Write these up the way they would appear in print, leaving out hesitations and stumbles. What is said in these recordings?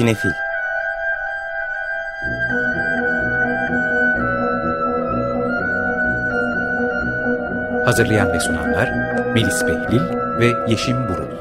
Sinefil. Hazırlayan ve sunanlar Melis Behlil ve Yeşim Burul.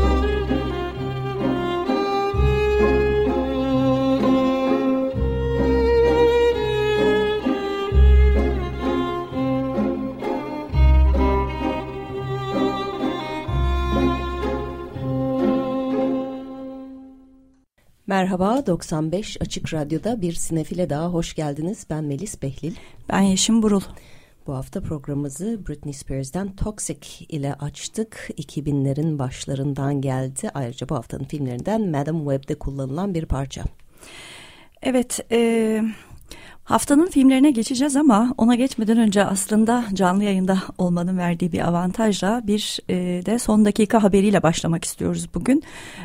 Merhaba, 95 Açık Radyo'da bir Sinefil'e daha hoş geldiniz. Ben Melis Behlil. Ben Yeşim Burul. Bu hafta programımızı Britney Spears'dan Toxic ile açtık. 2000'lerin başlarından geldi. Ayrıca bu haftanın filmlerinden Madam Web'de kullanılan bir parça. Evet, haftanın filmlerine geçeceğiz ama ona geçmeden önce aslında canlı yayında olmanın verdiği bir avantajla bir de son dakika haberiyle başlamak istiyoruz bugün.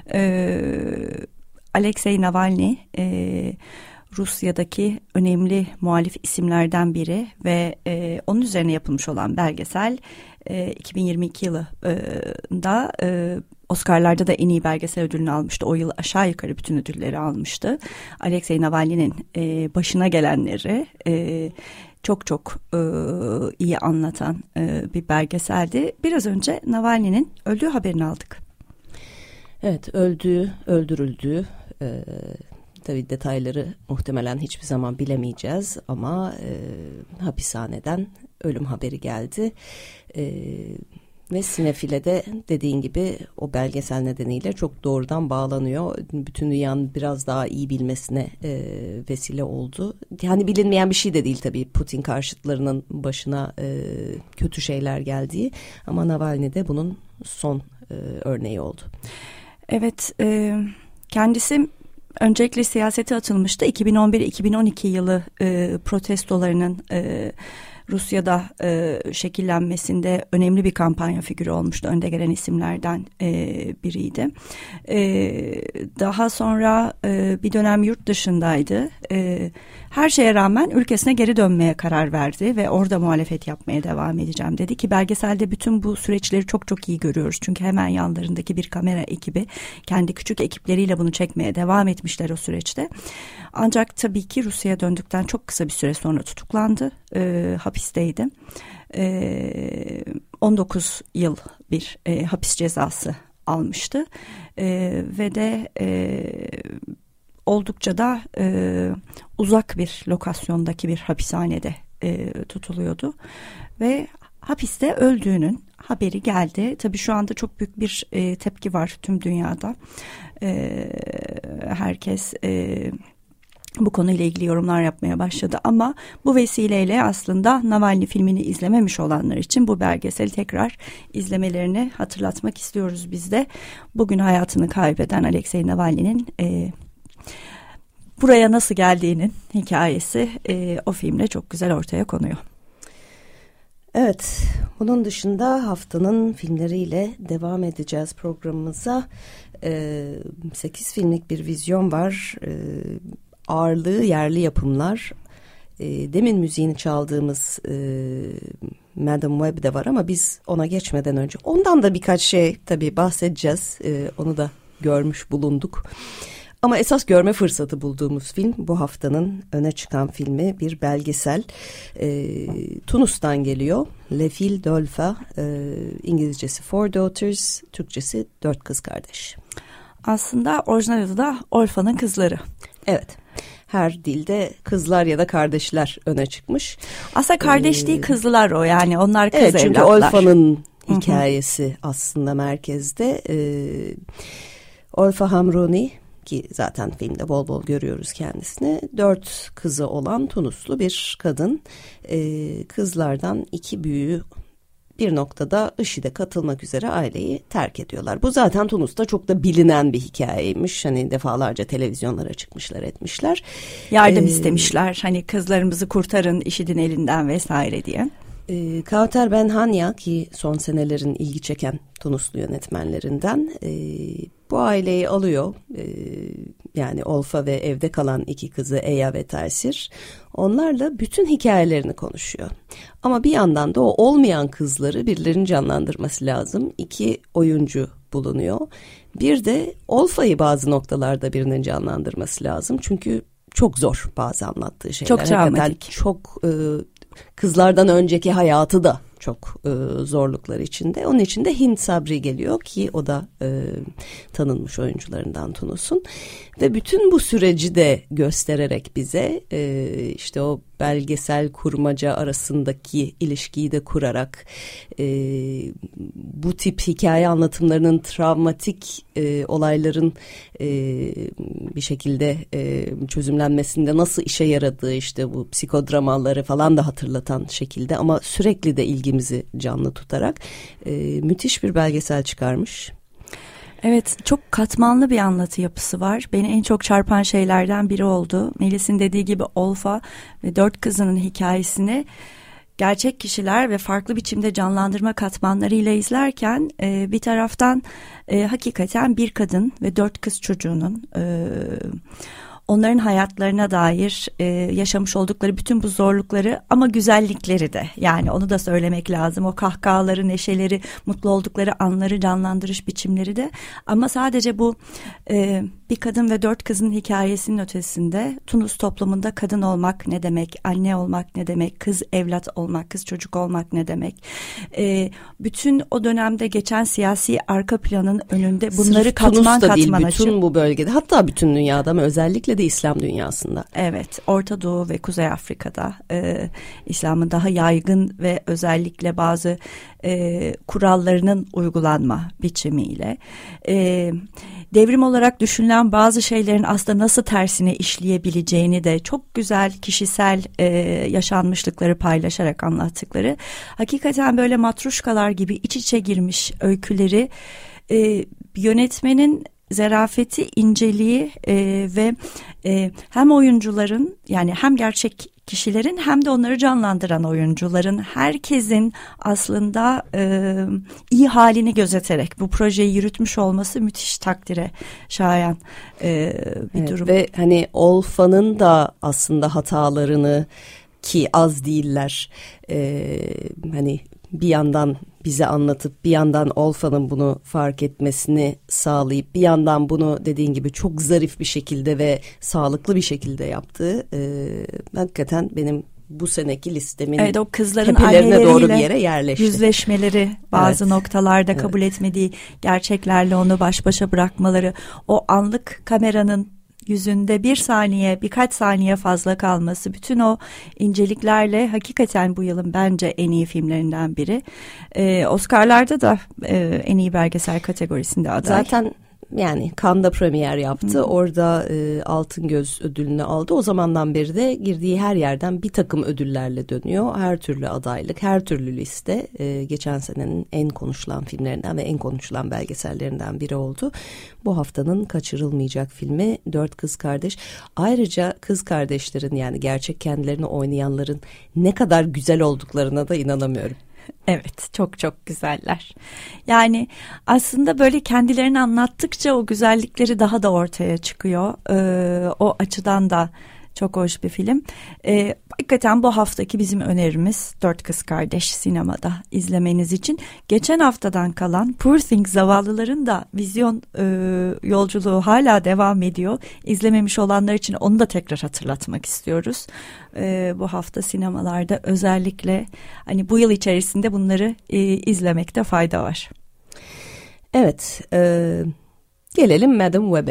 Alexei Navalny, Rusya'daki önemli muhalif isimlerden biri ve onun üzerine yapılmış olan belgesel 2022 yılında Oscar'larda da en iyi belgesel ödülünü almıştı. O yıl aşağı yukarı bütün ödülleri almıştı. Alexei Navalny'nin başına gelenleri çok iyi anlatan bir belgeseldi. Biraz önce Navalny'nin öldüğü haberini aldık. Evet, öldürüldüğü. Tabii detayları muhtemelen hiçbir zaman bilemeyeceğiz ama hapishaneden ölüm haberi geldi. Ve Sinefil'e de dediğin gibi o belgesel nedeniyle çok doğrudan bağlanıyor. Bütün dünyanın biraz daha iyi bilmesine vesile oldu. Yani bilinmeyen bir şey de değil tabii, Putin karşıtlarının başına kötü şeyler geldiği, ama Navalny de bunun son örneği oldu. Evet, kendisi öncelikle siyasete atılmıştı. 2011-2012 yılı protestolarının Rusya'da şekillenmesinde önemli bir kampanya figürü olmuştu. Önde gelen isimlerden biriydi. Daha sonra bir dönem yurt dışındaydı. Her şeye rağmen ülkesine geri dönmeye karar verdi ve orada muhalefet yapmaya devam edeceğim dedi ki belgeselde bütün bu süreçleri çok iyi görüyoruz. Çünkü hemen yanlarındaki bir kamera ekibi kendi küçük ekipleriyle bunu çekmeye devam etmişler o süreçte. Ancak tabii ki Rusya'ya döndükten çok kısa bir süre sonra tutuklandı. Hapisteydi. 19 yıl bir hapis cezası almıştı. Ve de oldukça da uzak bir lokasyondaki bir hapishanede tutuluyordu. Ve hapiste öldüğünün haberi geldi. Tabii şu anda çok büyük bir tepki var tüm dünyada. Herkes bu konuyla ilgili yorumlar yapmaya başladı ama bu vesileyle aslında Navalny filmini izlememiş olanlar için bu belgeseli tekrar izlemelerini hatırlatmak istiyoruz biz de. Bugün hayatını kaybeden Alexei Navalny'nin buraya nasıl geldiğinin hikayesi o filmle çok güzel ortaya konuyor. Evet, bunun dışında haftanın filmleriyle devam edeceğiz programımıza. 8 filmlik bir vizyon var. Ağırlığı yerli yapımlar. Demin müziğini çaldığımız Madam Web de var ama biz ona geçmeden önce ondan da birkaç şey tabii bahsedeceğiz. Onu da görmüş bulunduk. Ama esas görme fırsatı bulduğumuz film bu haftanın öne çıkan filmi, bir belgesel. Tunus'tan geliyor. Les Filles d'Olfa, İngilizcesi Four Daughters, Türkçesi Dört Kız Kardeş. Aslında orijinal adı da Olfa'nın Kızları. Evet. Her dilde kızlar ya da kardeşler öne çıkmış. Aslında kardeş değil, kızlar o, yani onlar kız evet, çünkü evlatlar. Olfa'nın hikayesi aslında merkezde. Olfa Hamrouni, ki zaten filmde bol bol görüyoruz kendisini. 4 kızı olan Tunuslu bir kadın. Kızlardan 2 büyüğü bir noktada IŞİD'e katılmak üzere aileyi terk ediyorlar. Bu zaten Tunus'ta çok da bilinen bir hikayeymiş. Hani defalarca televizyonlara çıkmışlar, etmişler. Yardım istemişler. Hani kızlarımızı kurtarın IŞİD'in elinden vesaire diye. Kauter Benhanya, ki son senelerin ilgi çeken Tunuslu yönetmenlerinden, bu aileyi alıyor. Yani Olfa ve evde kalan 2 kızı Eya ve Taysir. Onlarla bütün hikayelerini konuşuyor. Ama bir yandan da o olmayan kızları birilerinin canlandırması lazım. 2 oyuncu bulunuyor. Bir de Olfa'yı bazı noktalarda birinin canlandırması lazım. Çünkü çok zor bazı anlattığı şeyler. Çok travmatik. Çok kızlardan önceki hayatı da çok zorluklar içinde. Onun için de Hint Sabri geliyor ki o da tanınmış oyuncularından Tunus'un. Ve bütün bu süreci de göstererek bize işte o belgesel kurmaca arasındaki ilişkiyi de kurarak bu tip hikaye anlatımlarının travmatik olayların bir şekilde çözümlenmesinde nasıl işe yaradığı, işte bu psikodramaları falan da hatırlatan şekilde ama sürekli de ilgimizi canlı tutarak müthiş bir belgesel çıkarmış. Evet, çok katmanlı bir anlatı yapısı var. Beni en çok çarpan şeylerden biri oldu. Melis'in dediği gibi Olfa ve 4 kızının hikayesini gerçek kişiler ve farklı biçimde canlandırma katmanlarıyla izlerken bir taraftan hakikaten bir kadın ve 4 kız çocuğunun onların hayatlarına dair yaşamış oldukları bütün bu zorlukları ama güzellikleri de, yani onu da söylemek lazım. O kahkahaları, neşeleri, mutlu oldukları anları canlandırış biçimleri de, ama sadece bu bir kadın ve 4 kızın hikayesinin ötesinde Tunus toplumunda kadın olmak ne demek, anne olmak ne demek, kız evlat olmak, kız çocuk olmak ne demek, bütün o dönemde geçen siyasi arka planın önünde bunları sırf katman Tunus'ta katman değil, açıp, bütün bu bölgede, hatta bütün dünyada ama özellikle de İslam dünyasında. Evet, Orta Doğu ve Kuzey Afrika'da İslam'ın daha yaygın ve özellikle bazı kurallarının uygulanma biçimiyle devrim olarak düşünülen bazı şeylerin aslında nasıl tersine işleyebileceğini de çok güzel kişisel yaşanmışlıkları paylaşarak anlattıkları, hakikaten böyle matruşkalar gibi iç içe girmiş öyküleri yönetmenin zarafeti, inceliği ve hem oyuncuların, yani hem gerçek kişilerin hem de onları canlandıran oyuncuların, herkesin aslında iyi halini gözeterek bu projeyi yürütmüş olması müthiş takdire şayan bir durum. Ve hani Olfa'nın da aslında hatalarını, ki az değiller, hani bir yandan bize anlatıp bir yandan Olfa'nın bunu fark etmesini sağlayıp bir yandan bunu dediğin gibi çok zarif bir şekilde ve sağlıklı bir şekilde yaptığı hakikaten benim bu seneki listemin o kızların tepelerine doğru bir yere yerleşti. Yüzleşmeleri, bazı noktalarda kabul etmediği gerçeklerle onu baş başa bırakmaları, o anlık kameranın yüzünde bir saniye, birkaç saniye fazla kalması, bütün o inceliklerle hakikaten bu yılın bence en iyi filmlerinden biri. Oscar'larda da en iyi belgesel kategorisinde aday. Zaten yani Cannes'da premier yaptı. Orada Altın Göz ödülünü aldı. O zamandan beri de girdiği her yerden bir takım ödüllerle dönüyor. Her türlü adaylık, her türlü liste. Geçen senenin en konuşulan filmlerinden ve en konuşulan belgesellerinden biri oldu. Bu haftanın kaçırılmayacak filmi 4 Kız Kardeş. Ayrıca kız kardeşlerin, yani gerçek kendilerini oynayanların ne kadar güzel olduklarına da inanamıyorum. Evet, çok çok güzeller. Yani aslında böyle kendilerini anlattıkça o güzellikleri daha da ortaya çıkıyor. O açıdan da çok hoş bir film. Hakikaten bu haftaki bizim önerimiz 4 Kız Kardeş, sinemada izlemeniz için. Geçen haftadan kalan Poor Things zavallıların da vizyon yolculuğu hala devam ediyor. İzlememiş olanlar için onu da tekrar hatırlatmak istiyoruz. Bu hafta sinemalarda özellikle hani bu yıl içerisinde bunları izlemekte fayda var. Evet, gelelim Madame Web'e.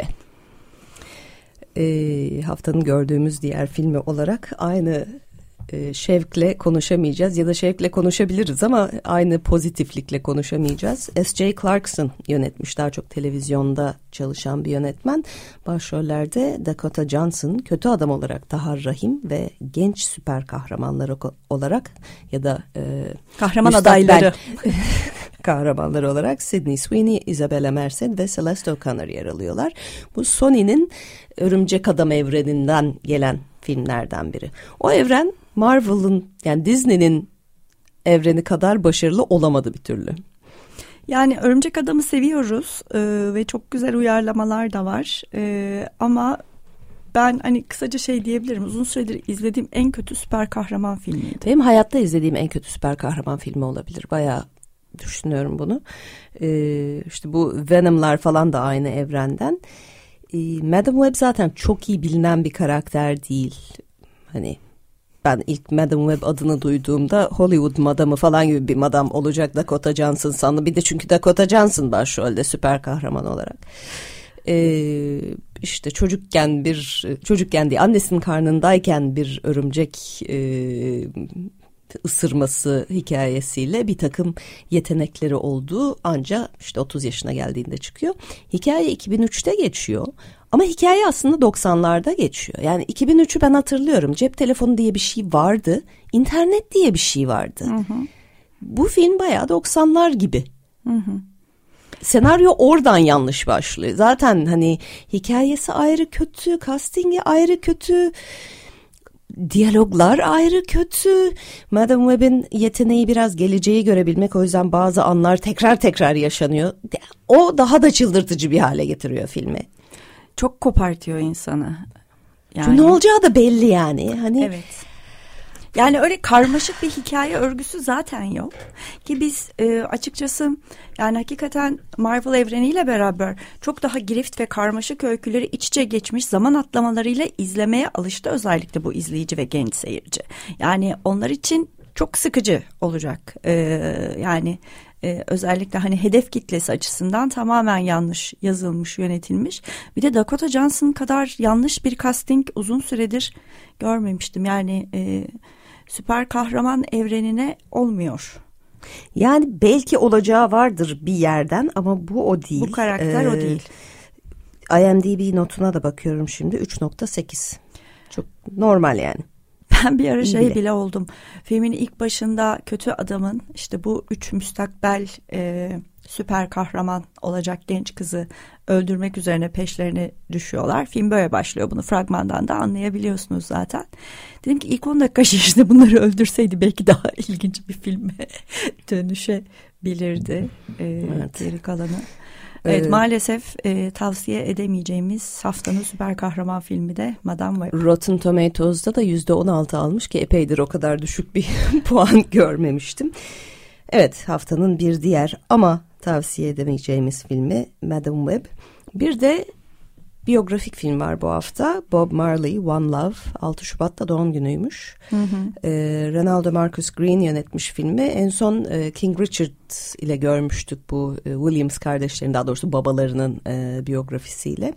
Haftanın gördüğümüz diğer filmi olarak aynı şevkle konuşamayacağız ya da şevkle konuşabiliriz ama aynı pozitiflikle konuşamayacağız. S.J. Clarkson yönetmiş, daha çok televizyonda çalışan bir yönetmen. Başrollerde Dakota Johnson, kötü adam olarak Tahar Rahim ve genç süper kahramanlar olarak ya da kahraman adayları kahramanları olarak Sydney Sweeney, Isabella Merced ve Celeste O'Connor yer alıyorlar. Bu Sony'nin Örümcek Adam evreninden gelen filmlerden biri. O evren Marvel'ın, yani Disney'nin evreni kadar başarılı olamadı bir türlü. Yani Örümcek Adam'ı seviyoruz ve çok güzel uyarlamalar da var ama ben hani kısaca şey diyebilirim, uzun süredir izlediğim en kötü süper kahraman filmiydi. Benim hayatta izlediğim en kötü süper kahraman filmi olabilir. Bayağı düşünüyorum bunu. İşte bu Venom'lar falan da aynı evrenden. Madam Web zaten çok iyi bilinen bir karakter değil. Hani ben ilk Madam Web adını duyduğumda Hollywood madamı falan gibi bir madam olacak Dakota Johnson sandım. Bir de çünkü Dakota Johnson başrolde süper kahraman olarak. İşte çocukken değil, annesinin karnındayken bir örümcek ısırması hikayesiyle bir takım yetenekleri olduğu ancak işte 30 yaşına geldiğinde çıkıyor. Hikaye 2003'te geçiyor. Ama hikaye aslında 90'larda geçiyor. Yani 2003'ü ben hatırlıyorum. Cep telefonu diye bir şey vardı. İnternet diye bir şey vardı. Hı hı. Bu film bayağı 90'lar gibi. Hı hı. Senaryo oradan yanlış başlıyor. Zaten hani hikayesi ayrı kötü, castingi ayrı kötü, diyaloglar ayrı kötü. Madam Web'in yeteneği biraz geleceği görebilmek, o yüzden bazı anlar tekrar yaşanıyor. O daha da çıldırtıcı bir hale getiriyor filmi. Çok kopartıyor insanı. Yani. Ne olacağı da belli yani. Hani. Evet. Yani öyle karmaşık bir hikaye örgüsü zaten yok. Ki biz açıkçası yani hakikaten Marvel evreniyle beraber çok daha girift ve karmaşık öyküleri iç içe geçmiş, zaman atlamalarıyla izlemeye alıştı özellikle bu izleyici ve genç seyirci. Yani onlar için çok sıkıcı olacak. Yani özellikle hani hedef kitlesi açısından tamamen yanlış yazılmış, yönetilmiş. Bir de Dakota Johnson kadar yanlış bir casting uzun süredir görmemiştim. Yani süper kahraman evrenine olmuyor. Yani belki olacağı vardır bir yerden ama bu o değil. Bu karakter o değil. IMDb notuna da bakıyorum şimdi, 3.8. Çok normal yani. Ben bir ara bile oldum. Filmin ilk başında kötü adamın işte bu 3 müstakbel süper kahraman olacak genç kızı öldürmek üzerine peşlerine düşüyorlar. Film böyle başlıyor. Bunu fragmandan da anlayabiliyorsunuz zaten. Dedim ki ilk 10 dakika içerisinde bunları öldürseydi belki daha ilginç bir filme dönüşebilirdi. Evet. Geri kalanı. Evet, maalesef tavsiye edemeyeceğimiz haftanın süper kahraman filmi de Madame Web. Rotten Tomatoes'da da %16 almış ki epeydir o kadar düşük bir puan görmemiştim. Evet, haftanın bir diğer ama tavsiye edemeyeceğimiz filmi Madame Web. Bir de biyografik film var bu hafta. Bob Marley, One Love. 6 Şubat'ta doğum günüymüş. Hı hı. Ronaldo Marcus Green yönetmiş filmi. En son King Richard ile görmüştük bu Williams kardeşlerin, daha doğrusu babalarının biyografisiyle.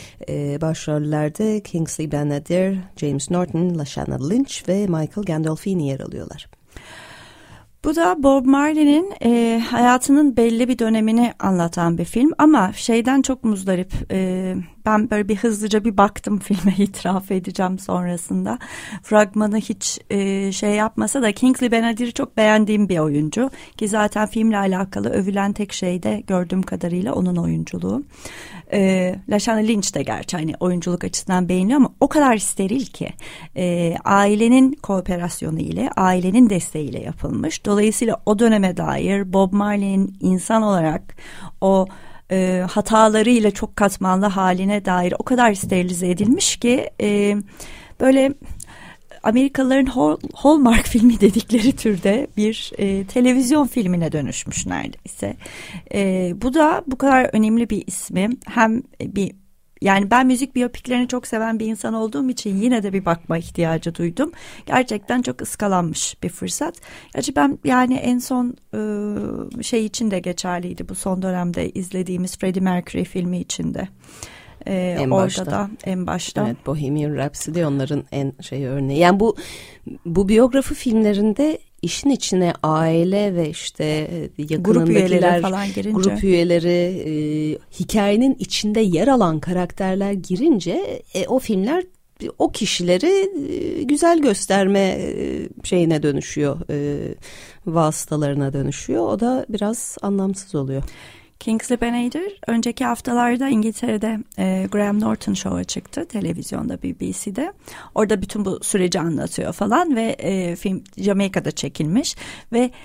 Başrollerde Kingsley Ben-Adir, James Norton, Lashana Lynch ve Michael Gandolfini yer alıyorlar. Bu da Bob Marley'nin hayatının belli bir dönemini anlatan bir film ama şeyden çok muzdarip. Ben böyle hızlıca bir baktım filme, itiraf edeceğim sonrasında. Fragmanı hiç yapmasa da Kingsley Ben-Adir'i çok beğendiğim bir oyuncu. Ki zaten filmle alakalı övülen tek şey de gördüğüm kadarıyla onun oyunculuğu. Lashana Lynch de gerçi hani oyunculuk açısından beğeniyor ama o kadar steril ki ailenin kooperasyonu ile, ailenin desteğiyle yapılmış. Dolayısıyla o döneme dair Bob Marley'nin insan olarak o hatalarıyla çok katmanlı haline dair o kadar sterilize edilmiş ki böyle Amerikalıların Hallmark filmi dedikleri türde bir televizyon filmine dönüşmüş neredeyse. Bu da bu kadar önemli bir ismi. Hem yani ben müzik biyopiklerini çok seven bir insan olduğum için yine de bir bakma ihtiyacı duydum. Gerçekten çok ıskalanmış bir fırsat. Gerçi ben yani en son için de geçerliydi. Bu son dönemde izlediğimiz Freddie Mercury filmi için de. En başta. Evet, Bohemian Rhapsody onların en örneği. Yani bu biyografi filmlerinde işin içine aile ve işte yakınındakiler, grup üyeleri, hikayenin içinde yer alan karakterler girince o filmler o kişileri güzel gösterme şeyine dönüşüyor, vasıtalarına dönüşüyor. O da biraz anlamsız oluyor. Kingsley Ben-Adir önceki haftalarda İngiltere'de Graham Norton Show'a çıktı televizyonda, BBC'de. Orada bütün bu süreci anlatıyor falan ve film Jamaika'da çekilmiş ve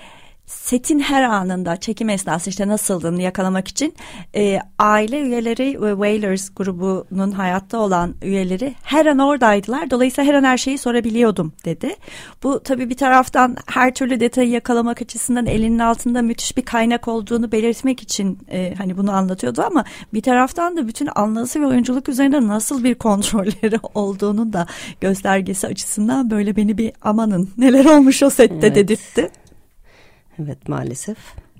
setin her anında çekim esnasında işte nasıldığını yakalamak için aile üyeleri ve Wailers grubunun hayatta olan üyeleri her an oradaydılar. Dolayısıyla her an her şeyi sorabiliyordum dedi. Bu tabii bir taraftan her türlü detayı yakalamak açısından elinin altında müthiş bir kaynak olduğunu belirtmek için hani bunu anlatıyordu ama bir taraftan da bütün anlatı ve oyunculuk üzerinde nasıl bir kontrolleri olduğunun da göstergesi açısından böyle beni bir amanın neler olmuş o sette dedirtti. Evet, maalesef.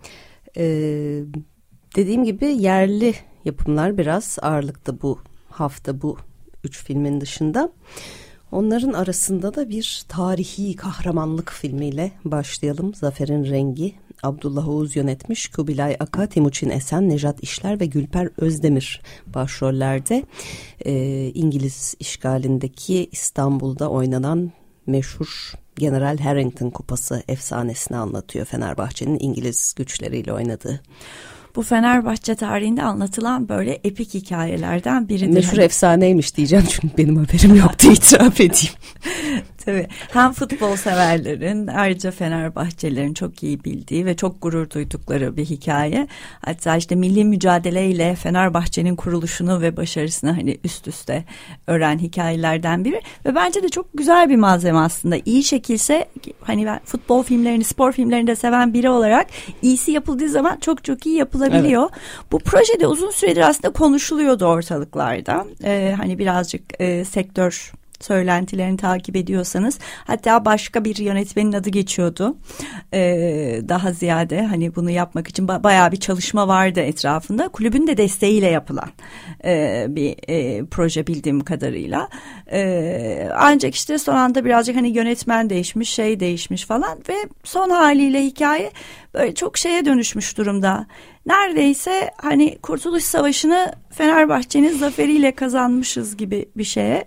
Dediğim gibi yerli yapımlar biraz ağırlıkta bu hafta, bu 3 filmin dışında. Onların arasında da bir tarihi kahramanlık filmiyle başlayalım. Zafer'in Rengi, Abdullah Oğuz yönetmiş. Kubilay Aka, Timuçin Esen, Nejat İşler ve Gülper Özdemir başrollerde. İngiliz işgalindeki İstanbul'da oynanan meşhur General Harrington Kupası efsanesini anlatıyor. Fenerbahçe'nin İngiliz güçleriyle oynadığı. Bu Fenerbahçe tarihinde anlatılan böyle epik hikayelerden biridir. Meşhur efsaneymiş diyeceğim çünkü benim haberim yoktu, itiraf edeyim. Tabii hem futbol severlerin ayrıca Fenerbahçelilerin çok iyi bildiği ve çok gurur duydukları bir hikaye. Hatta işte milli mücadeleyle Fenerbahçe'nin kuruluşunu ve başarısını hani üst üste öğren hikayelerden biri. Ve bence de çok güzel bir malzeme aslında. İyi çekilse hani ben futbol filmlerini, spor filmlerini de seven biri olarak iyisi yapıldığı zaman çok çok iyi yapılabiliyor. Evet. Bu projede uzun süredir aslında konuşuluyordu ortalıklarda. Hani birazcık sektör söylentilerini takip ediyorsanız, hatta başka bir yönetmenin adı geçiyordu. Daha ziyade hani bunu yapmak için bayağı bir çalışma vardı etrafında. Kulübün de desteğiyle yapılan bir proje bildiğim kadarıyla. Ancak işte son anda birazcık hani yönetmen değişmiş, şey değişmiş falan ve son haliyle hikaye böyle çok şeye dönüşmüş durumda. Neredeyse hani Kurtuluş Savaşı'nı Fenerbahçe'nin zaferiyle kazanmışız gibi bir şeye.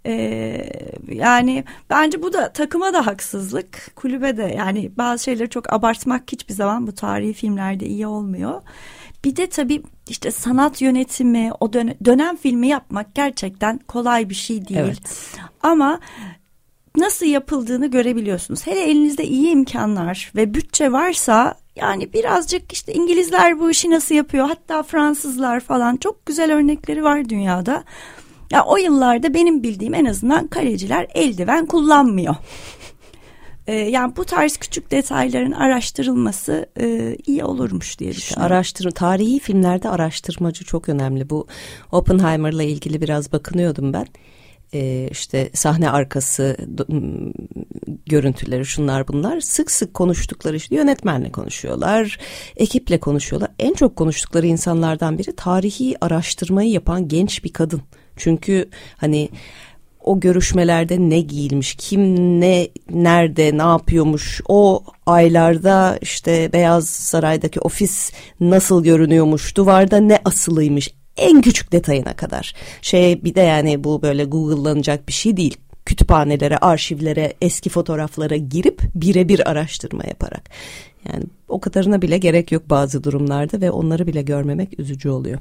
Yani bence bu da takıma da haksızlık, kulübe de, yani bazı şeyleri çok abartmak hiçbir zaman bu tarihi filmlerde iyi olmuyor. Bir de tabii işte sanat yönetimi, o dönem filmi yapmak gerçekten kolay bir şey değil. Evet. Ama nasıl yapıldığını görebiliyorsunuz. Hele elinizde iyi imkanlar ve bütçe varsa, yani birazcık işte İngilizler bu işi nasıl yapıyor, hatta Fransızlar falan, çok güzel örnekleri var dünyada. Ya o yıllarda benim bildiğim en azından kaleciler eldiven kullanmıyor. Yani bu tarz küçük detayların araştırılması iyi olurmuş diye düşünüyorum. Tarihi filmlerde araştırmacı çok önemli. Bu Oppenheimer'la ilgili biraz bakınıyordum ben. İşte sahne arkası görüntüleri, şunlar bunlar, sık sık konuştukları, işte yönetmenle konuşuyorlar, ekiple konuşuyorlar. En çok konuştukları insanlardan biri tarihi araştırmayı yapan genç bir kadın. Çünkü hani o görüşmelerde ne giyilmiş, kim ne, nerede, ne yapıyormuş, o aylarda işte Beyaz Saray'daki ofis nasıl görünüyormuş, duvarda ne asılıymış, en küçük detayına kadar. Bir de yani bu böyle Google'lanacak bir şey değil. Kütüphanelere, arşivlere, eski fotoğraflara girip birebir araştırma yaparak. Yani o kadarına bile gerek yok bazı durumlarda ve onları bile görmemek üzücü oluyor.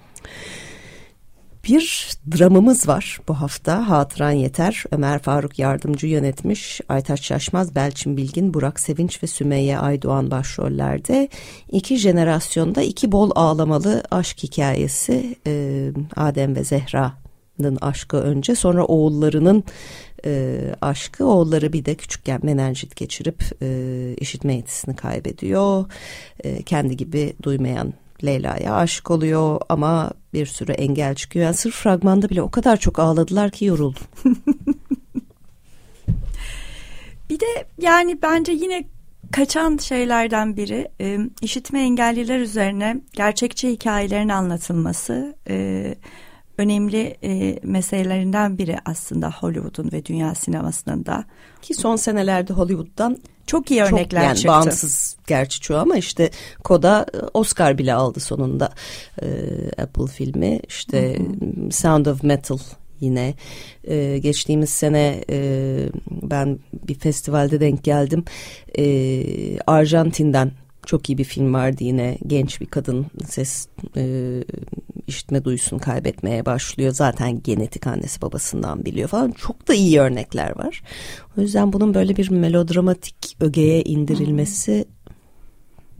Bir dramımız var bu hafta. Hatıran Yeter. Ömer Faruk Yardımcı yönetmiş. Aytaç Şaşmaz, Belçin Bilgin, Burak Sevinç ve Sümeyye Aydoğan başrollerde. 2 jenerasyonda 2 bol ağlamalı aşk hikayesi. Adem ve Zehra'nın aşkı önce, sonra oğullarının aşkı. Oğulları bir de küçükken menenjit geçirip işitme yetisini kaybediyor. Kendi gibi duymayan Leyla'ya aşık oluyor ama bir sürü engel çıkıyor. Yani sırf fragmanda bile o kadar çok ağladılar ki yoruldum. Bir de yani bence yine kaçan şeylerden biri işitme engelliler üzerine gerçekçi hikayelerin anlatılması. Önemli meselelerinden biri aslında Hollywood'un ve dünya sinemasının da. Ki son senelerde Hollywood'dan çok iyi örnekler yani çıktı. Bağımsız gerçi çoğu ama işte Koda Oscar bile aldı sonunda. Apple filmi, işte Sound of Metal yine. Geçtiğimiz sene ben bir festivalde denk geldim. Arjantin'den çok iyi bir film vardı yine. Genç bir kadın işitme duyusunu kaybetmeye başlıyor. Zaten genetik, annesi babasından biliyor falan. Çok da iyi örnekler var. O yüzden bunun böyle bir melodramatik ögeye indirilmesi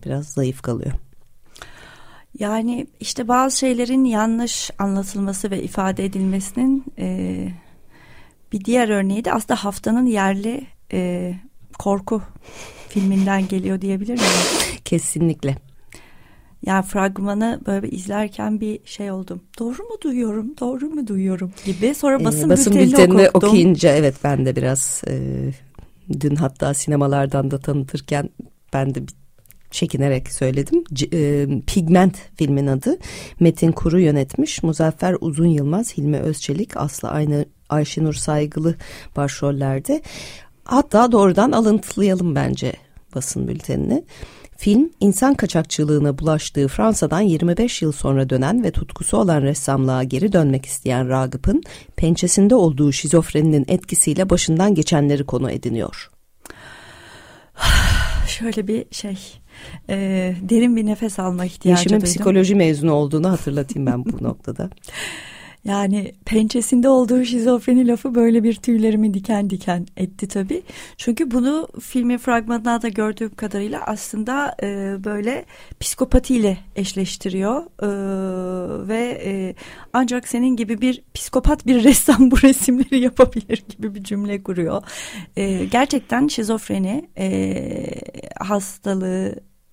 biraz zayıf kalıyor. Yani işte bazı şeylerin yanlış anlatılması ve ifade edilmesinin bir diğer örneği de aslında haftanın yerli korku filminden geliyor diyebilir miyim? Kesinlikle. Yani fragmanı böyle izlerken bir şey oldum. Doğru mu duyuyorum gibi. Sonra basın bültenini okuyunca evet ben de biraz dün hatta sinemalardan da tanıtırken ben de çekinerek söyledim. Pigment filmin adı. Metin Kuru yönetmiş. Muzaffer Uzun Yılmaz, Hilmi Özçelik, Aslı Ayşenur Saygılı başrollerde. Hatta doğrudan alıntılayalım bence basın bültenini. Film, insan kaçakçılığına bulaştığı Fransa'dan 25 yıl sonra dönen ve tutkusu olan ressamlığa geri dönmek isteyen Ragıp'ın pençesinde olduğu şizofreninin etkisiyle başından geçenleri konu ediniyor. Şöyle bir derin bir nefes alma ihtiyacı Yeşim'in duydum. psikoloji mezunu olduğunu hatırlatayım ben bu noktada. Yani pençesinde olduğu şizofreni lafı böyle bir tüylerimi diken diken etti tabii. Çünkü bunu filmin fragmanında da gördüğüm kadarıyla aslında böyle psikopatiyle eşleştiriyor. Ve ancak senin gibi bir psikopat bir ressam bu resimleri yapabilir gibi bir cümle kuruyor. Gerçekten şizofreni hastalığı,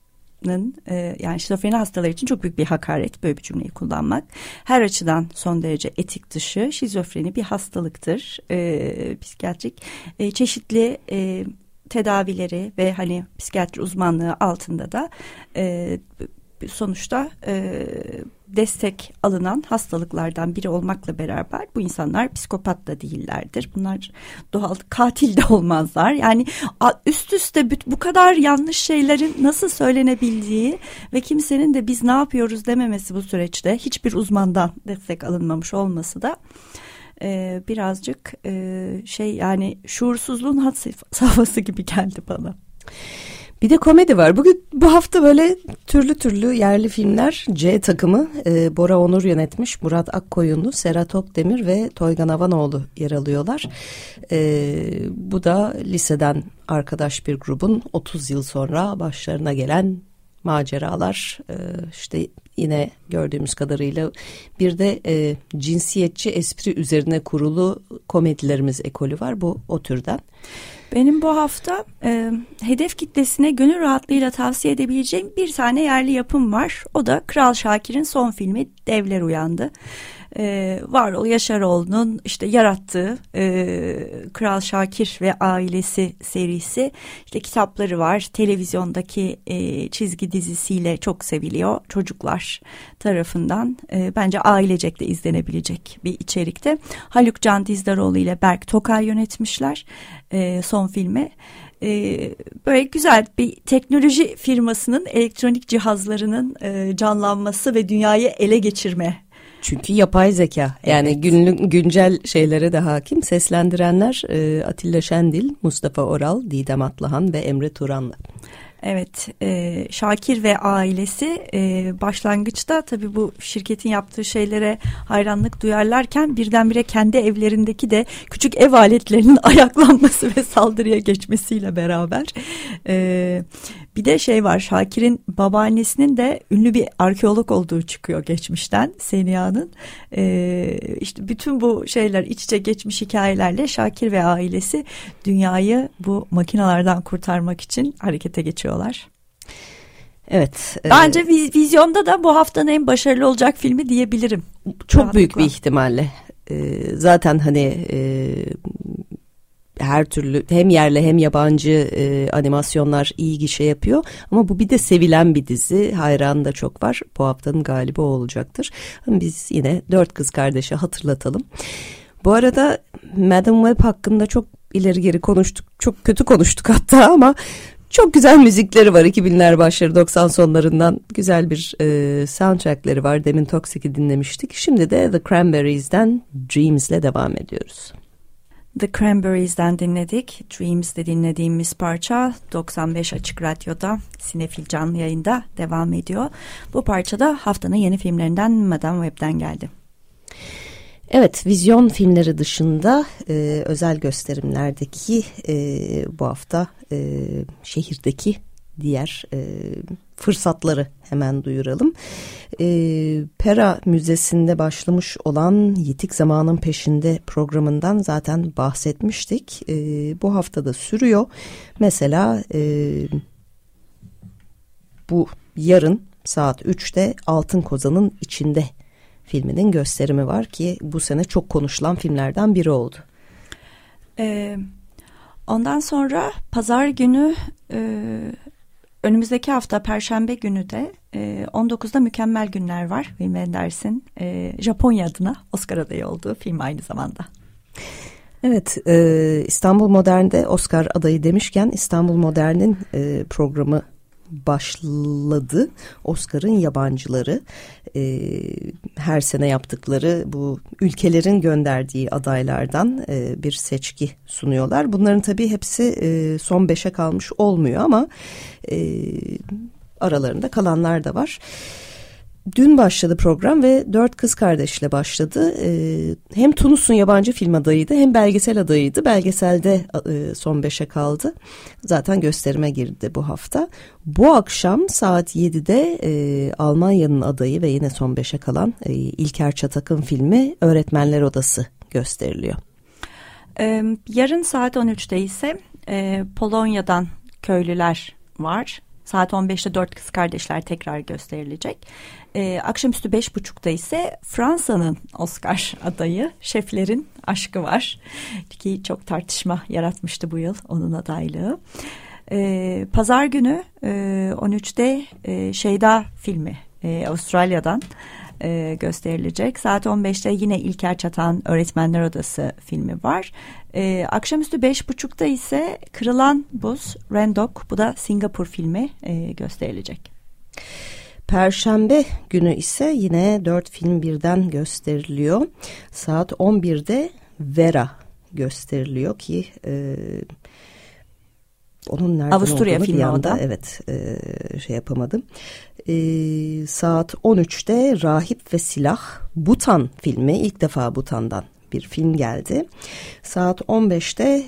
yani şizofreni hastaları için çok büyük bir hakaret böyle bir cümleyi kullanmak. Her açıdan son derece etik dışı. Şizofreni bir hastalıktır. Psikiyatrik çeşitli tedavileri ve hani psikiyatri uzmanlığı altında da sonuçta destek alınan hastalıklardan biri olmakla beraber bu insanlar psikopat da değillerdir. Bunlar doğal katil de olmazlar. Yani üst üste bu kadar yanlış şeylerin nasıl söylenebildiği ve kimsenin de biz ne yapıyoruz dememesi bu süreçte, hiçbir uzmandan destek alınmamış olması da birazcık yani şuursuzluğun had safhası gibi geldi bana. Bir de komedi var. Bu hafta böyle türlü yerli filmler. C takımı Bora Onur yönetmiş. Murat Akkoyunlu, Serhat Okdemir ve Toygan Avanoğlu yer alıyorlar. Bu da liseden arkadaş bir grubun 30 yıl sonra başlarına gelen maceralar. İşte yine gördüğümüz kadarıyla bir de cinsiyetçi espri üzerine kurulu komedilerimiz ekolü var. Bu o türden. Benim bu hafta hedef kitlesine gönül rahatlığıyla tavsiye edebileceğim bir tane yerli yapım var. O da Kral Şakir'in son filmi Devler Uyandı. Varol Yaşaroğlu'nun işte yarattığı Kral Şakir ve Ailesi serisi, işte kitapları var, televizyondaki çizgi dizisiyle çok seviliyor çocuklar tarafından. Bence ailecek de izlenebilecek bir içerikte. Haluk Can Dizdaroğlu ile Berk Tokay yönetmişler son filmi. Böyle güzel bir teknoloji firmasının elektronik cihazlarının canlanması ve dünyayı ele geçirme. Çünkü yapay zeka, yani evet. Güncel şeylere de hakim. Seslendirenler Atilla Şendil, Mustafa Oral, Didem Atlıhan ve Emre Turanlı. Evet, Şakir ve ailesi başlangıçta tabii bu şirketin yaptığı şeylere hayranlık duyarlarken birdenbire kendi evlerindeki de küçük ev aletlerinin ayaklanması ve saldırıya geçmesiyle beraber bir de var, Şakir'in babaannesinin de ünlü bir arkeolog olduğu çıkıyor geçmişten, Seniha'nın. İşte bütün bu şeyler iç içe geçmiş hikayelerle Şakir ve ailesi dünyayı bu makinelerden kurtarmak için harekete geçiyorlar. Evet. Bence vizyonda da bu haftanın en başarılı olacak filmi diyebilirim. Çok büyük bir ihtimalle. Zaten hani her türlü hem yerli hem yabancı animasyonlar iyi gişe yapıyor. Ama bu bir de sevilen bir dizi. Hayranı da çok var. Bu haftanın galibi o olacaktır. Ama biz yine 4 kız kardeşi hatırlatalım. Bu arada Madame Web hakkında çok ileri geri konuştuk. Çok kötü konuştuk hatta ama çok güzel müzikleri var. 2000'ler başları 90 sonlarından güzel bir soundtrackleri var. Demin Toxic'i dinlemiştik. Şimdi de The Cranberries'den Dreams'le devam ediyoruz. The Cranberries'den dinledik. Dreams'de dinlediğimiz parça 95 Açık Radyo'da Sinefil canlı yayında devam ediyor. Bu parça da haftanın yeni filmlerinden Madame Web'den geldi. Evet, vizyon filmleri dışında özel gösterimlerdeki bu hafta şehirdeki diğer fırsatları hemen duyuralım. Pera Müzesi'nde başlamış olan Yitik Zamanın Peşinde programından zaten bahsetmiştik. Bu haftada sürüyor. Mesela bu yarın saat 3'te Altın Kozan'ın İçinde filminin gösterimi var ki bu sene çok konuşulan filmlerden biri oldu. Ondan sonra pazar günü önümüzdeki hafta Perşembe günü de 19'da Mükemmel Günler var. Wim Wenders'in Japonya adına Oscar adayı olduğu film aynı zamanda. Evet, İstanbul Modern'de Oscar adayı demişken İstanbul Modern'in programı başladı. Oscar'ın yabancıları her sene yaptıkları bu ülkelerin gönderdiği adaylardan bir seçki sunuyorlar. Bunların tabii hepsi son 5'e kalmış olmuyor ama aralarında kalanlar da var. Dün başladı program ve 4 kız kardeşle başladı. Hem Tunus'un yabancı film adayıydı hem belgesel adayıydı. Belgeselde son 5'e kaldı. Zaten gösterime girdi bu hafta. Bu akşam saat 7'de Almanya'nın adayı ve yine son 5'e kalan İlker Çatak'ın filmi Öğretmenler Odası gösteriliyor. Yarın saat 13'te ise Polonya'dan Köylüler var. Saat 15'te 4 kız kardeşler tekrar gösterilecek. Akşamüstü 5.30'da ise Fransa'nın Oscar adayı Şeflerin Aşkı var. Ki çok tartışma yaratmıştı bu yıl onun adaylığı. Pazar günü 13'te Şeyda filmi Avustralya'dan gösterilecek. Saat 15'te yine İlker Çatak'ın Öğretmenler Odası filmi var. Akşamüstü 5.30'da ise Kırılan Buz, Rendok, bu da Singapur filmi gösterilecek. Perşembe günü ise yine 4 film birden gösteriliyor. Saat 11'de Vera gösteriliyor ki onun nereden Avusturya olduğunu filmi bir anda şey yapamadım. Saat 13'te Rahip ve Silah, Butan filmi, ilk defa Butan'dan bir film geldi. Saat 15'te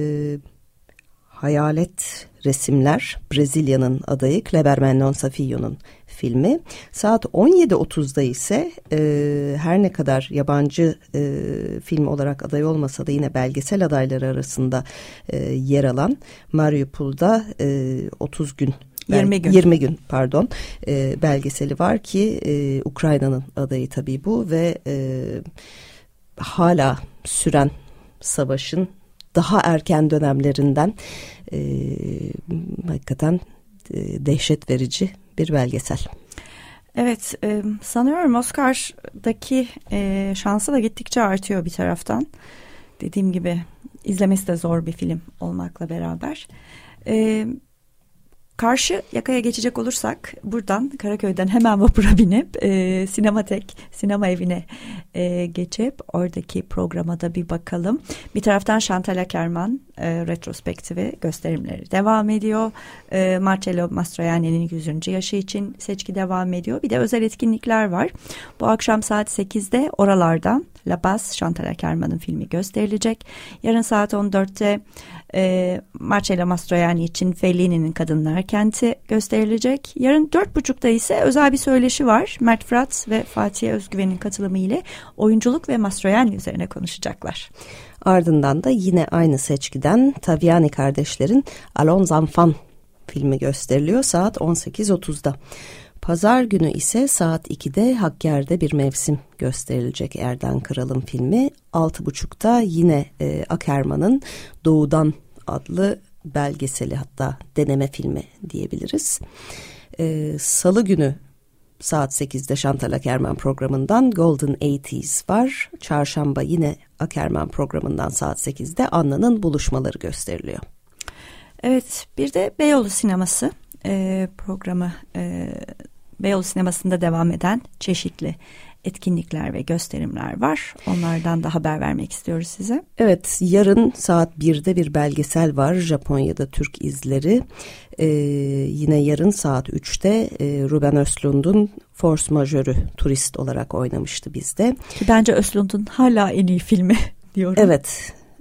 Hayalet Resimler, Brezilya'nın adayı Kleber Mendonça Filho'nun filmi. Saat 17.30'da ise her ne kadar yabancı film olarak aday olmasa da yine belgesel adayları arasında yer alan Mariupol'da 30 gün 20 gün pardon belgeseli var ki Ukrayna'nın adayı tabii bu ve hala süren savaşın daha erken dönemlerinden hakikaten dehşet verici bir belgesel. Evet, sanıyorum Oscar'daki şansı da gittikçe artıyor bir taraftan. Dediğim gibi izlemesi de zor bir film olmakla beraber. Karşı yakaya geçecek olursak buradan Karaköy'den hemen vapura binip Sinematek sinema evine geçip oradaki programa da bir bakalım. Bir taraftan Chantal Akerman retrospektifi gösterimleri devam ediyor. Marcello Mastroianni'nin 100. yaşı için seçki devam ediyor. Bir de özel etkinlikler var. Bu akşam saat 8'de oralardan La Paz, Chantal Akerman'ın filmi gösterilecek. Yarın saat 14'te Marcello Mastroianni için Fellini'nin Kadınlar Kenti gösterilecek. Yarın 4.30'da ise özel bir söyleşi var. Mert Fırat ve Fatih Özgüven'in katılımı ile oyunculuk ve Mastroianni üzerine konuşacaklar. Ardından da yine aynı seçkiden Taviani kardeşlerin Allons Enfants filmi gösteriliyor saat 18.30'da. Pazar günü ise saat 2'de Hakkari'de Bir Mevsim gösterilecek Erden Kral'ın filmi. 6.30'da yine Akerman'ın Doğudan adlı belgeseli, hatta deneme filmi diyebiliriz. Salı günü saat 8'de Chantal Akerman programından Golden 80's var. Çarşamba yine Akerman programından saat 8'de Anna'nın Buluşmaları gösteriliyor. Evet, bir de Beyoğlu Sineması programı, Beyoğlu Sineması'nda devam eden çeşitli etkinlikler ve gösterimler var. Onlardan da haber vermek istiyoruz size. Evet, yarın saat 1'de bir belgesel var. Japonya'da Türk izleri. Yine yarın saat 3'te Ruben Östlund'un Force Majeure'ü turist olarak oynamıştı bizde. Ki bence Östlund'un hala en iyi filmi diyorum. Evet.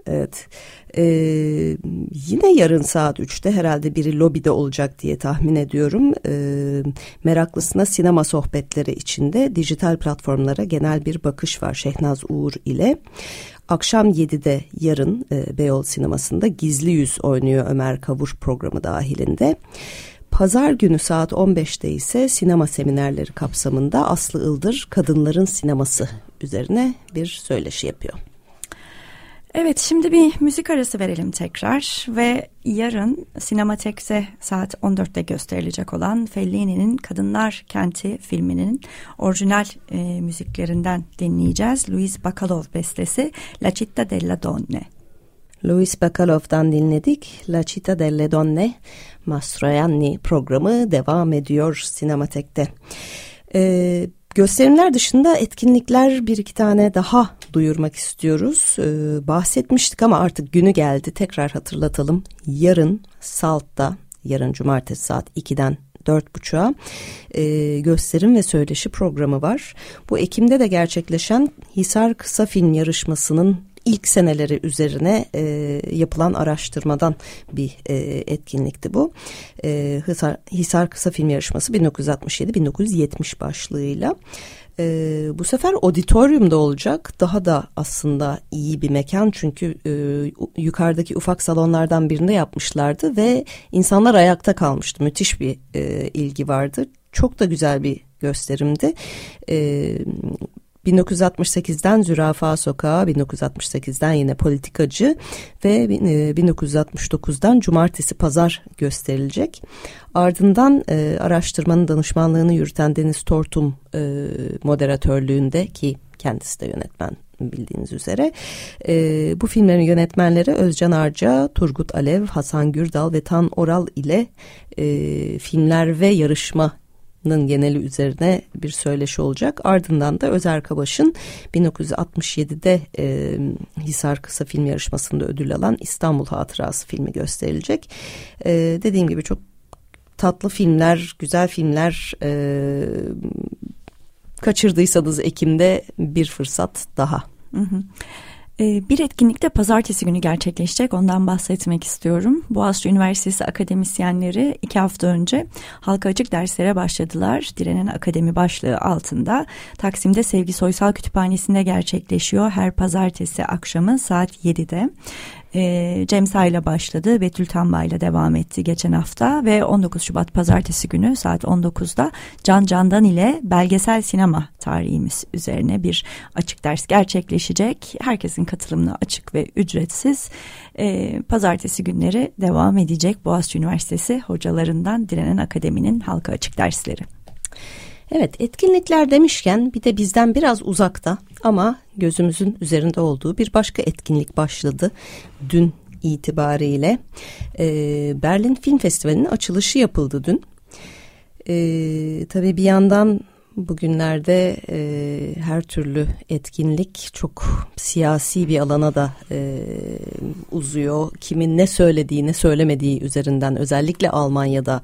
Evet. Yine yarın saat 3'te herhalde biri lobide olacak diye tahmin ediyorum. Meraklısına sinema sohbetleri içinde dijital platformlara genel bir bakış var Şehnaz Uğur ile. Akşam 7'de yarın Beyoğlu Sineması'nda Gizli Yüz oynuyor Ömer Kavur programı dahilinde. Pazar günü saat 15'te ise sinema seminerleri kapsamında Aslı Ildır kadınların sineması üzerine bir söyleşi yapıyor. Evet, şimdi bir müzik arası verelim tekrar ve yarın Sinematek'te saat 14'te gösterilecek olan Fellini'nin Kadınlar Kenti filminin orijinal müziklerinden dinleyeceğiz. Luis Bacalov bestesi La Città delle Donne. Luis Bacalov'dan dinledik. La Città delle Donne, Mastroianni programı devam ediyor Sinematek'te. Gösterimler dışında etkinlikler bir iki tane daha duyurmak istiyoruz. Bahsetmiştik ama artık günü geldi. Tekrar hatırlatalım. Yarın Salt'ta, yarın cumartesi saat 2'den 4.30'a gösterim ve söyleşi programı var. Bu Ekim'de de gerçekleşen Hisar Kısa Film Yarışması'nın ilk seneleri üzerine yapılan araştırmadan bir etkinlikti bu. Hisar Kısa Film Yarışması 1967-1970 başlığıyla. Bu sefer auditoriumda olacak. Daha da aslında iyi bir mekan çünkü yukarıdaki ufak salonlardan birinde yapmışlardı ve insanlar ayakta kalmıştı. Müthiş bir ilgi vardı. Çok da güzel bir gösterimdi. 1968'den Zürafa Sokağı, 1968'den yine Politikacı ve 1969'dan Cumartesi Pazar gösterilecek. Ardından araştırmanın danışmanlığını yürüten Deniz Tortum moderatörlüğünde, ki kendisi de yönetmen bildiğiniz üzere, bu filmlerin yönetmenleri Özcan Arca, Turgut Alev, Hasan Gürdal ve Tan Oral ile filmler ve yarışma geneli üzerine bir söyleşi olacak. Ardından da Özer Kabaş'ın 1967'de Hisar Kısa Film Yarışması'nda ödül alan İstanbul Hatırası filmi gösterilecek. Dediğim gibi çok tatlı filmler, güzel filmler, kaçırdıysanız Ekim'de bir fırsat daha. Hı hı. Bir etkinlik de pazartesi günü gerçekleşecek. Ondan bahsetmek istiyorum. Boğaziçi Üniversitesi akademisyenleri 2 hafta önce halka açık derslere başladılar. Direnen Akademi başlığı altında Taksim'de Sevgi Soysal Kütüphanesi'nde gerçekleşiyor. Her pazartesi akşamı saat 7'de. Cem Say'la başladı. Betül Tamba'yla devam etti geçen hafta ve 19 Şubat pazartesi günü saat 19'da Can Candan ile belgesel sinema tarihimiz üzerine bir açık ders gerçekleşecek. Herkesin katılımına açık ve ücretsiz. Pazartesi günleri devam edecek Boğaziçi Üniversitesi hocalarından Direnen Akademi'nin halka açık dersleri. Evet, etkinlikler demişken bir de bizden biraz uzakta ama gözümüzün üzerinde olduğu bir başka etkinlik başladı dün itibariyle. Berlin Film Festivali'nin açılışı yapıldı dün. Tabii bir yandan bugünlerde her türlü etkinlik çok siyasi bir alana da uzuyor. Kimin ne söylediği ne söylemediği üzerinden, özellikle Almanya'da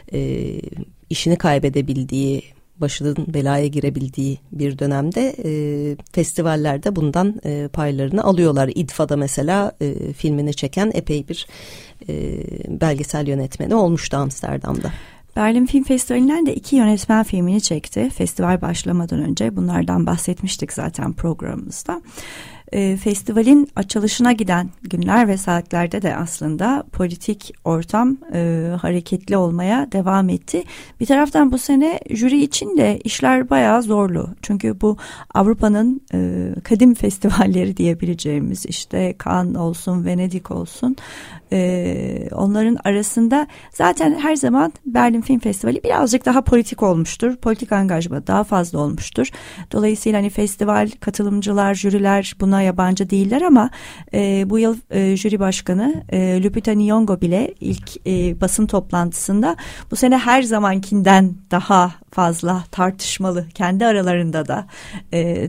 işini kaybedebildiği, başının belaya girebildiği bir dönemde festivallerde bundan paylarını alıyorlar. İDFA'da mesela filmini çeken epey bir belgesel yönetmeni olmuştu Amsterdam'da. Berlin Film Festivali'nden de 2 yönetmen filmini çekti. Festival başlamadan önce bunlardan bahsetmiştik zaten programımızda. Festivalin açılışına giden günler ve saatlerde de aslında politik ortam hareketli olmaya devam etti. Bir taraftan bu sene jüri için de işler bayağı zorlu. Çünkü bu Avrupa'nın kadim festivalleri diyebileceğimiz, işte Cannes olsun, Venedik olsun, onların arasında zaten her zaman Berlin Film Festivali birazcık daha politik olmuştur. Politik angajma daha fazla olmuştur. Dolayısıyla hani festival katılımcılar, jüriler buna yabancı değiller ama bu yıl jüri başkanı Lupita Nyong'o bile ilk basın toplantısında bu sene her zamankinden daha fazla tartışmalı, kendi aralarında da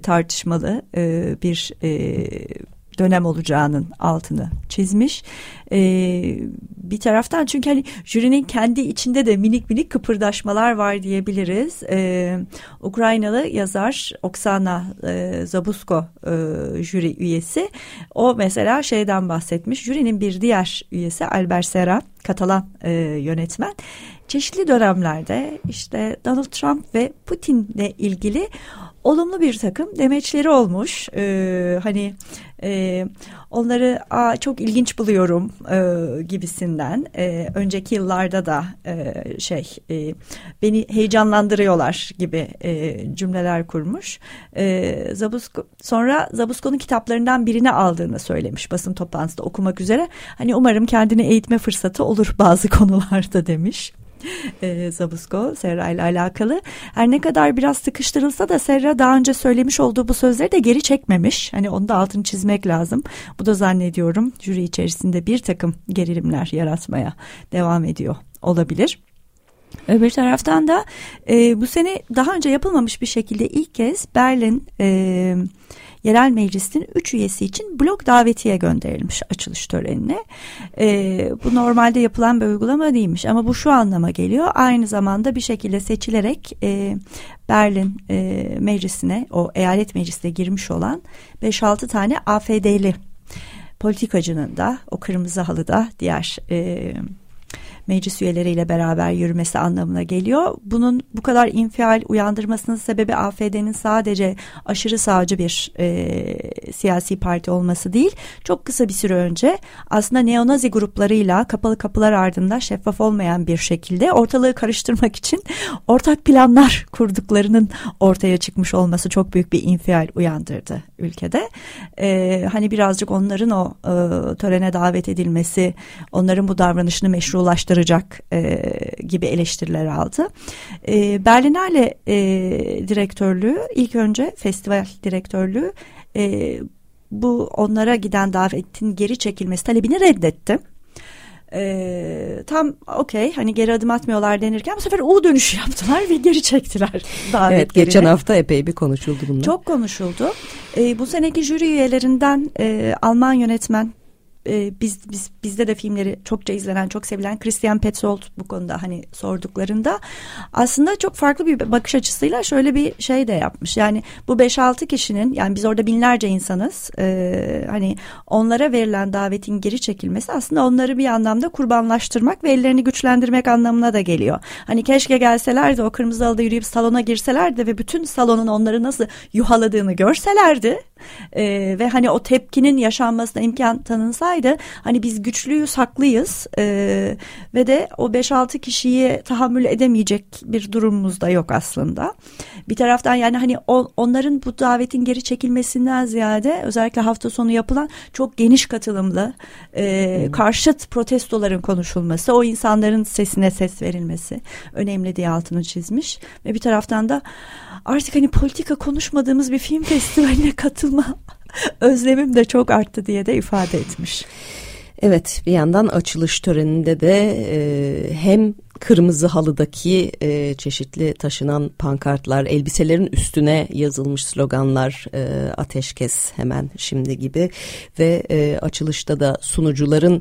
tartışmalı bir dönem olacağının altını çizmiş. Bir taraftan çünkü hani jürinin kendi içinde de minik minik kıpırdaşmalar var diyebiliriz. Ukraynalı yazar Oksana Zabusko jüri üyesi. O mesela şeyden bahsetmiş. Jürinin bir diğer üyesi Albert Serra, Katalan yönetmen. Çeşitli dönemlerde işte Donald Trump ve Putin'le ilgili olumlu bir takım demeçleri olmuş. Hani onları çok ilginç buluyorum gibisinden. Önceki yıllarda da beni heyecanlandırıyorlar gibi cümleler kurmuş. Sonra Zabusko'nun kitaplarından birini aldığını söylemiş basın toplantısında okumak üzere. Hani umarım kendini eğitme fırsatı olur bazı konularda demiş. Zabusko Serra ile alakalı. Her ne kadar biraz sıkıştırılsa da Serra daha önce söylemiş olduğu bu sözleri de geri çekmemiş. Hani onu da altını çizmek lazım. Bu da zannediyorum jüri içerisinde bir takım gerilimler yaratmaya devam ediyor olabilir. Öbür taraftan da bu sene daha önce yapılmamış bir şekilde ilk kez Berlin Yerel Meclisi'nin 3 üyesi için blog davetiye gönderilmiş açılış törenine. Bu normalde yapılan bir uygulama değilmiş ama bu şu anlama geliyor. Aynı zamanda bir şekilde seçilerek Berlin meclisine, o eyalet meclisine girmiş olan 5-6 tane AfD'li politikacının da o kırmızı halıda diğer meclis üyeleriyle beraber yürümesi anlamına geliyor. Bunun bu kadar infial uyandırmasının sebebi AfD'nin sadece aşırı sağcı bir siyasi parti olması değil. Çok kısa bir süre önce aslında neonazi gruplarıyla kapalı kapılar ardında şeffaf olmayan bir şekilde ortalığı karıştırmak için ortak planlar kurduklarının ortaya çıkmış olması çok büyük bir infial uyandırdı ülkede. Hani birazcık onların o törene davet edilmesi, onların bu davranışını meşrulaştıracak gibi eleştiriler aldı. Berlinale direktörlüğü ilk önce festival direktörlüğü bu onlara giden davetin geri çekilmesi talebini reddetti. Tam okey hani geri adım atmıyorlar denirken bu sefer U dönüşü yaptılar ve geri çektiler davetlerini. Evet, geçen hafta epey bir konuşuldu bunlar. Çok konuşuldu. Bu seneki jüri üyelerinden Alman yönetmen, bizde de filmleri çokça izlenen, çok sevilen Christian Petzold bu konuda hani sorduklarında aslında çok farklı bir bakış açısıyla şöyle bir şey de yapmış. Yani bu 5-6 kişinin, yani biz orada binlerce insanız, hani onlara verilen davetin geri çekilmesi aslında onları bir anlamda kurbanlaştırmak ve ellerini güçlendirmek anlamına da geliyor. Hani keşke gelselerdi, o kırmızı halıda yürüyüp salona girselerdi ve bütün salonun onları nasıl yuhaladığını görselerdi. Ve hani o tepkinin yaşanmasına imkan tanınsaydı, hani biz güçlüyüz, haklıyız ve de o 5-6 kişiyi tahammül edemeyecek bir durumumuz da yok aslında. Bir taraftan yani hani onların bu davetin geri çekilmesinden ziyade özellikle hafta sonu yapılan çok geniş katılımlı karşıt protestoların konuşulması, o insanların sesine ses verilmesi önemli diye altını çizmiş. Ve bir taraftan da artık hani politika konuşmadığımız bir film festivaline katılma özlemim de çok arttı diye de ifade etmiş. Evet, bir yandan açılış töreninde de hem kırmızı halıdaki çeşitli taşınan pankartlar, elbiselerin üstüne yazılmış sloganlar, ateşkes hemen şimdi gibi ve açılışta da sunucuların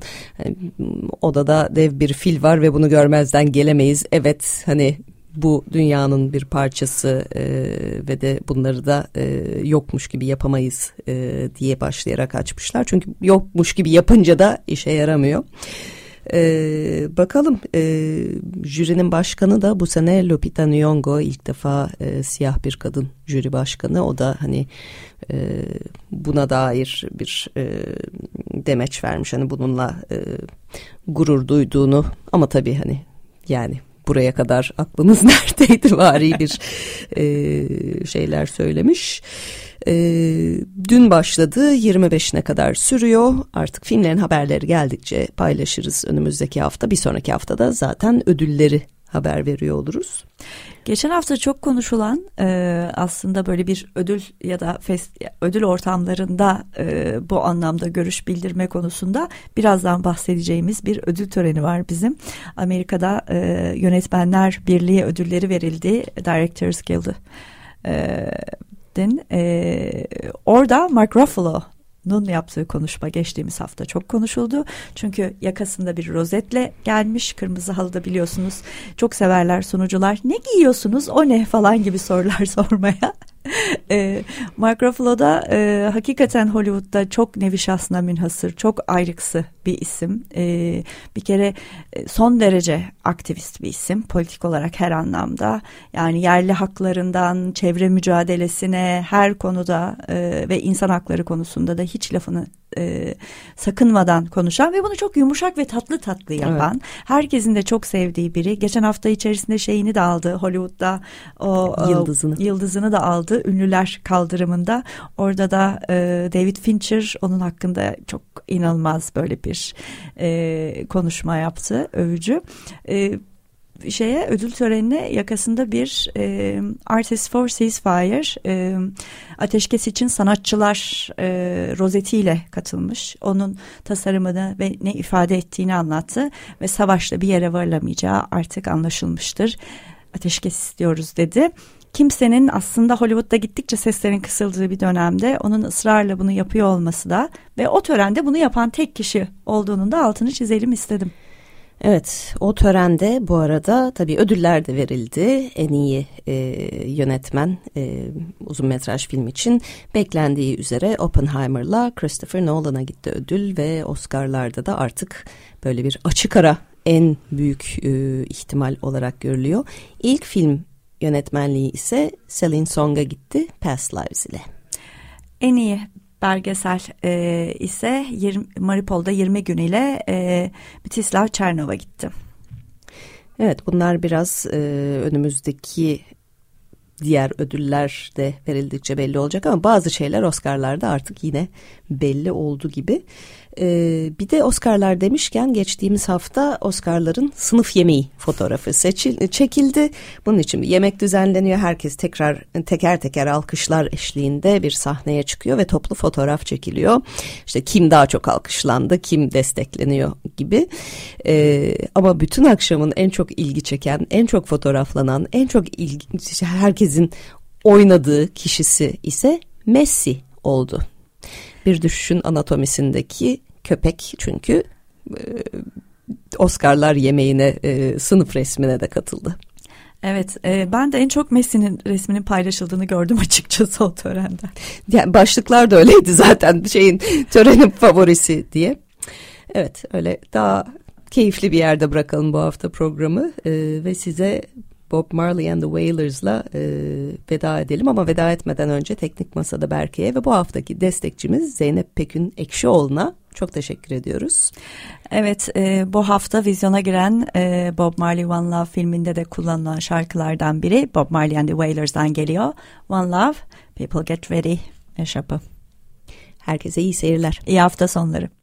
odada dev bir fil var ve bunu görmezden gelemeyiz. Evet, hani bu dünyanın bir parçası ve de bunları da yokmuş gibi yapamayız diye başlayarak açmışlar. Çünkü yokmuş gibi yapınca da işe yaramıyor. Bakalım, jürinin başkanı da bu sene Lupita Nyong'o, ilk defa siyah bir kadın jüri başkanı. O da hani buna dair bir demeç vermiş, hani bununla gurur duyduğunu, ama tabii hani yani buraya kadar aklınız neredeydi vari bir şeyler söylemiş. Dün başladı, 25'ine kadar sürüyor. Artık filmlerin haberleri geldikçe paylaşırız önümüzdeki hafta. Bir sonraki haftada zaten ödülleri haber veriyor oluruz. Geçen hafta çok konuşulan aslında böyle bir ödül ya da ödül ortamlarında bu anlamda görüş bildirme konusunda birazdan bahsedeceğimiz bir ödül töreni var bizim. Amerika'da Yönetmenler Birliği ödülleri verildi. Directors Guild'ı. Orada Mark Ruffalo Hollywood'un yaptığı konuşma geçtiğimiz hafta çok konuşuldu. Çünkü yakasında bir rozetle gelmiş. Kırmızı halıda biliyorsunuz çok severler sunucular. Ne giyiyorsunuz, o ne falan gibi sorular sormaya. Mark Ruffalo da hakikaten Hollywood'da çok nevi şahsına münhasır, çok ayrıksı bir isim. Bir kere son derece aktivist bir isim, politik olarak her anlamda. Yani yerli haklarından çevre mücadelesine her konuda ve insan hakları konusunda da hiç lafını sakınmadan konuşan ve bunu çok yumuşak ve tatlı tatlı yapan, evet, herkesin de çok sevdiği biri. Geçen hafta içerisinde şeyini de aldı, Hollywood'da o yıldızını da aldı ünlüler kaldırımında. Orada da David Fincher onun hakkında çok inanılmaz böyle bir konuşma yaptı, övücü. Ödül törenine yakasında bir Artists for Ceasefire, ateşkes için sanatçılar rozetiyle katılmış. Onun tasarımını ve ne ifade ettiğini anlattı ve savaşla bir yere varılamayacağı artık anlaşılmıştır. Ateşkes istiyoruz dedi. Kimsenin aslında Hollywood'da gittikçe seslerin kısıldığı bir dönemde onun ısrarla bunu yapıyor olması da ve o törende bunu yapan tek kişi olduğunun da altını çizelim istedim. Evet, o törende bu arada tabii ödüller de verildi. En iyi yönetmen uzun metraj film için beklendiği üzere Oppenheimer'la Christopher Nolan'a gitti ödül ve Oscar'larda da artık böyle bir açık ara en büyük ihtimal olarak görülüyor. İlk film yönetmenliği ise Celine Song'a gitti Past Lives ile. En iyi belgesel ise Maripol'da 20 gün ile Mstislav Chernov'a gitti. Evet, bunlar biraz önümüzdeki diğer ödüller de verildikçe belli olacak ama bazı şeyler Oscar'larda artık yine belli oldu gibi. Bir de Oscar'lar demişken geçtiğimiz hafta Oscar'ların sınıf yemeği fotoğrafı çekildi. Bunun için bir yemek düzenleniyor. Herkes teker teker alkışlar eşliğinde bir sahneye çıkıyor ve toplu fotoğraf çekiliyor. İşte kim daha çok alkışlandı, kim destekleniyor gibi. Ama bütün akşamın en çok ilgi çeken, en çok fotoğraflanan, en çok herkesin oynadığı kişisi ise Messi oldu. Bir Düşüşün Anatomisindeki köpek çünkü Oscar'lar yemeğine, sınıf resmine de katıldı. Evet, ben de en çok Messi'nin resminin paylaşıldığını gördüm açıkçası o törende. Yani başlıklar da öyleydi zaten törenin favorisi diye. Evet, öyle daha keyifli bir yerde bırakalım bu hafta programı ve size Bob Marley and the Wailers'la veda edelim ama veda etmeden önce Teknik Masa'da Berke'ye ve bu haftaki destekçimiz Zeynep Pekün Ekşioğlu'na çok teşekkür ediyoruz. Evet, bu hafta vizyona giren Bob Marley One Love filminde de kullanılan şarkılardan biri Bob Marley and the Wailers'dan geliyor. One Love, People Get Ready, Eşapı. Herkese iyi seyirler. İyi hafta sonları.